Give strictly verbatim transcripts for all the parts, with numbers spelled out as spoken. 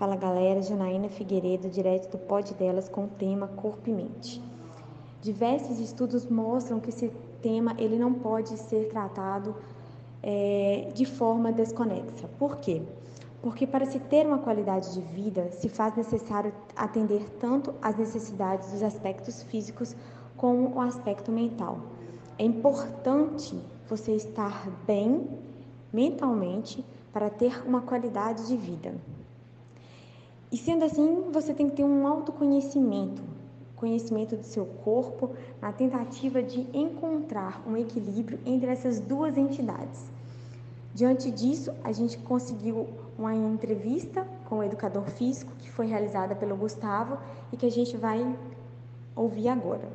Fala galera, Janaína Figueiredo, direto do Pod Delas com o tema Corpo e Mente. Diversos estudos mostram que esse tema ele não pode ser tratado é, de forma desconexa. Por quê? Porque para se ter uma qualidade de vida, se faz necessário atender tanto às necessidades dos aspectos físicos como o aspecto mental. É importante você estar bem mentalmente para ter uma qualidade de vida. E sendo assim, você tem que ter um autoconhecimento, conhecimento do seu corpo, na tentativa de encontrar um equilíbrio entre essas duas entidades. Diante disso, a gente conseguiu uma entrevista com o educador físico, que foi realizada pelo Gustavo e que a gente vai ouvir agora.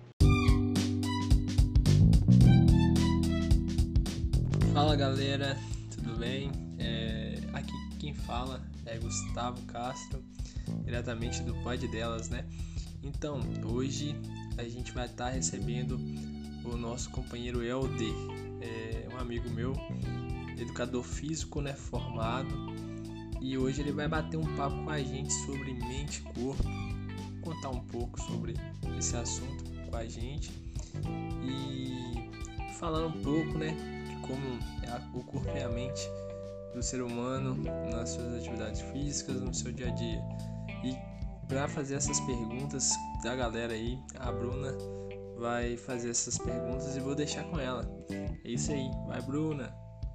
Fala galera, tudo bem? É, aqui quem fala é Gustavo Castro, diretamente do Pod Delas, né? Então, hoje a gente vai estar recebendo o nosso companheiro Helder, é um amigo meu, educador físico, né, formado, e hoje ele vai bater um papo com a gente sobre mente e corpo, contar um pouco sobre esse assunto com a gente e falando um pouco, né, de como é o corpo e a mente do ser humano nas suas atividades físicas, no seu dia a dia. E para fazer essas perguntas da galera aí, a Bruna vai fazer essas perguntas e vou deixar com ela. É isso aí, vai Bruna!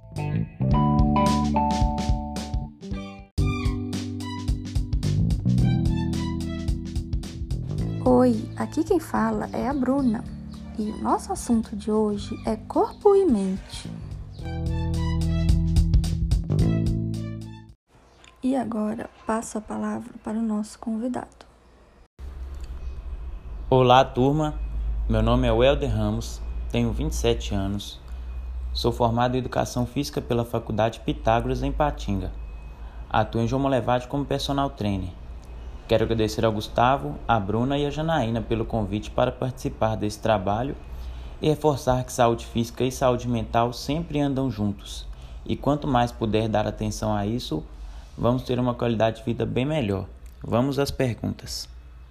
Oi, aqui quem fala é a Bruna e o nosso assunto de hoje é corpo e mente. E agora passo a palavra para o nosso convidado. Olá turma, meu nome é Helder Ramos, tenho vinte e sete anos, sou formado em Educação Física pela Faculdade Pitágoras em Patinga. Atuo em João Molevade como personal trainer. Quero agradecer ao Gustavo, a Bruna e a Janaína pelo convite para participar desse trabalho e reforçar que saúde física e saúde mental sempre andam juntos. E quanto mais puder dar atenção a isso, vamos ter uma qualidade de vida bem melhor. Vamos às perguntas.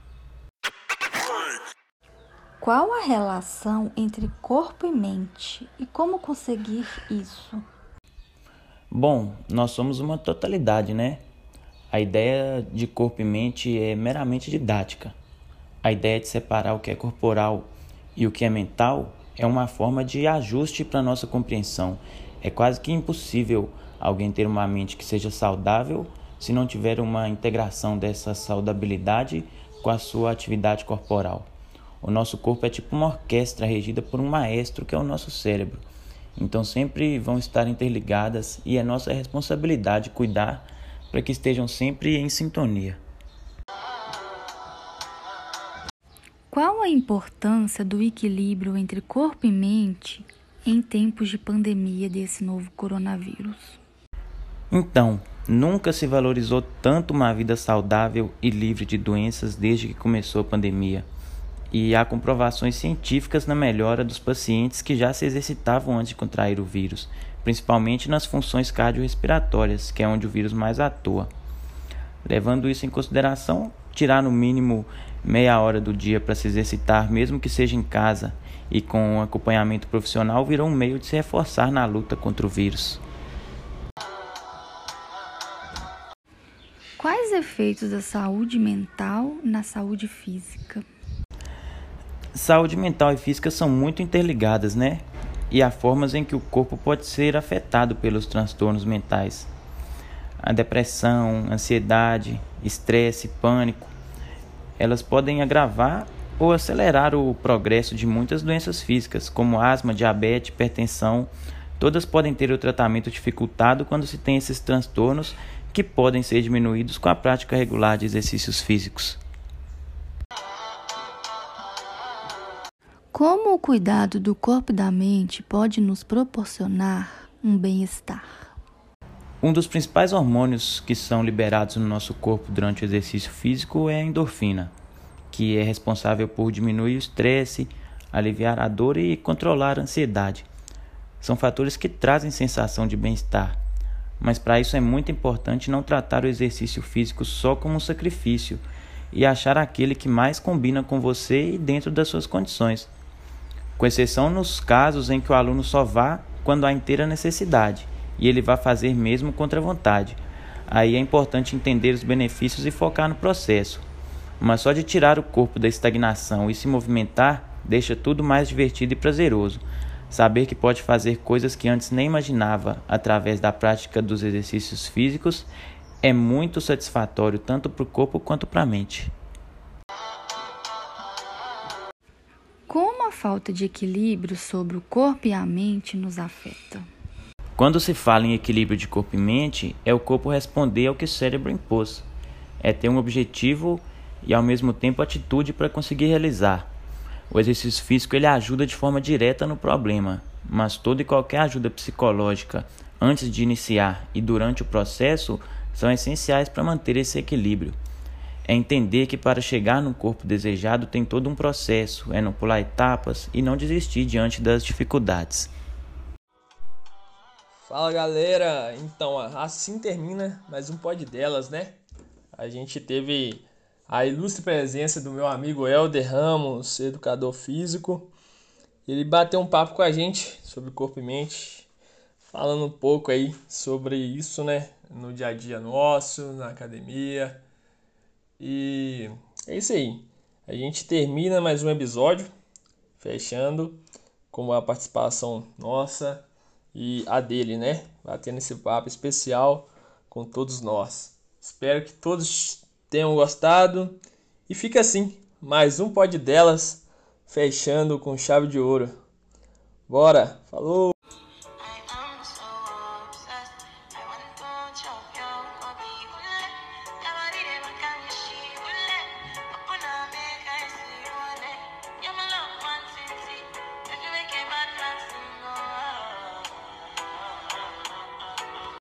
Qual a relação entre corpo e mente e como conseguir isso? Bom, nós somos uma totalidade, né? A ideia de corpo e mente é meramente didática. A ideia de separar o que é corporal e o que é mental é uma forma de ajuste para a nossa compreensão. É quase que impossível alguém ter uma mente que seja saudável se não tiver uma integração dessa saudabilidade com a sua atividade corporal. O nosso corpo é tipo uma orquestra regida por um maestro que é o nosso cérebro. Então sempre vão estar interligadas e é nossa responsabilidade cuidar para que estejam sempre em sintonia. Qual a importância do equilíbrio entre corpo e mente em tempos de pandemia desse novo coronavírus? Então, nunca se valorizou tanto uma vida saudável e livre de doenças desde que começou a pandemia. E há comprovações científicas na melhora dos pacientes que já se exercitavam antes de contrair o vírus, principalmente nas funções cardiorrespiratórias, que é onde o vírus mais atua. Levando isso em consideração, tirar no mínimo meia hora do dia para se exercitar, mesmo que seja em casa, e com um acompanhamento profissional, virou um meio de se reforçar na luta contra o vírus. Quais efeitos da saúde mental na saúde física? Saúde mental e física são muito interligadas, né? E há formas em que o corpo pode ser afetado pelos transtornos mentais. A depressão, ansiedade, estresse, pânico, elas podem agravar ou acelerar o progresso de muitas doenças físicas, como asma, diabetes, hipertensão. Todas podem ter o tratamento dificultado quando se tem esses transtornos que podem ser diminuídos com a prática regular de exercícios físicos. Como o cuidado do corpo e da mente pode nos proporcionar um bem-estar? Um dos principais hormônios que são liberados no nosso corpo durante o exercício físico é a endorfina, que é responsável por diminuir o estresse, aliviar a dor e controlar a ansiedade. São fatores que trazem sensação de bem-estar. mas para isso é muito importante não tratar o exercício físico só como um sacrifício e achar aquele que mais combina com você e dentro das suas condições, com exceção nos casos em que o aluno só vá quando há inteira necessidade e ele vai fazer mesmo contra a vontade. Aí é importante entender os benefícios e focar no processo. Mas só de tirar o corpo da estagnação e se movimentar deixa tudo mais divertido e prazeroso. Saber que pode fazer coisas que antes nem imaginava através da prática dos exercícios físicos é muito satisfatório tanto para o corpo quanto para a mente. Como a falta de equilíbrio sobre o corpo e a mente nos afeta? Quando se fala em equilíbrio de corpo e mente, é o corpo responder ao que o cérebro impôs. É ter um objetivo e ao mesmo tempo atitude para conseguir realizar. O exercício físico ele ajuda de forma direta no problema, mas toda e qualquer ajuda psicológica antes de iniciar e durante o processo são essenciais para manter esse equilíbrio. É entender que para chegar no corpo desejado tem todo um processo, é não pular etapas e não desistir diante das dificuldades. Fala galera, então assim termina mais um Pod Delas, né? A gente teve a ilustre presença do meu amigo Helder Ramos, educador físico. Ele bateu um papo com a gente sobre corpo e mente, falando um pouco aí sobre isso, né? No dia a dia nosso, na academia. E é isso aí. A gente termina mais um episódio, fechando com a participação nossa e a dele, né? Batendo esse papo especial com todos nós. Espero que todos tenham gostado. E fica assim, mais um Pod Delas, fechando com chave de ouro. Bora, falou!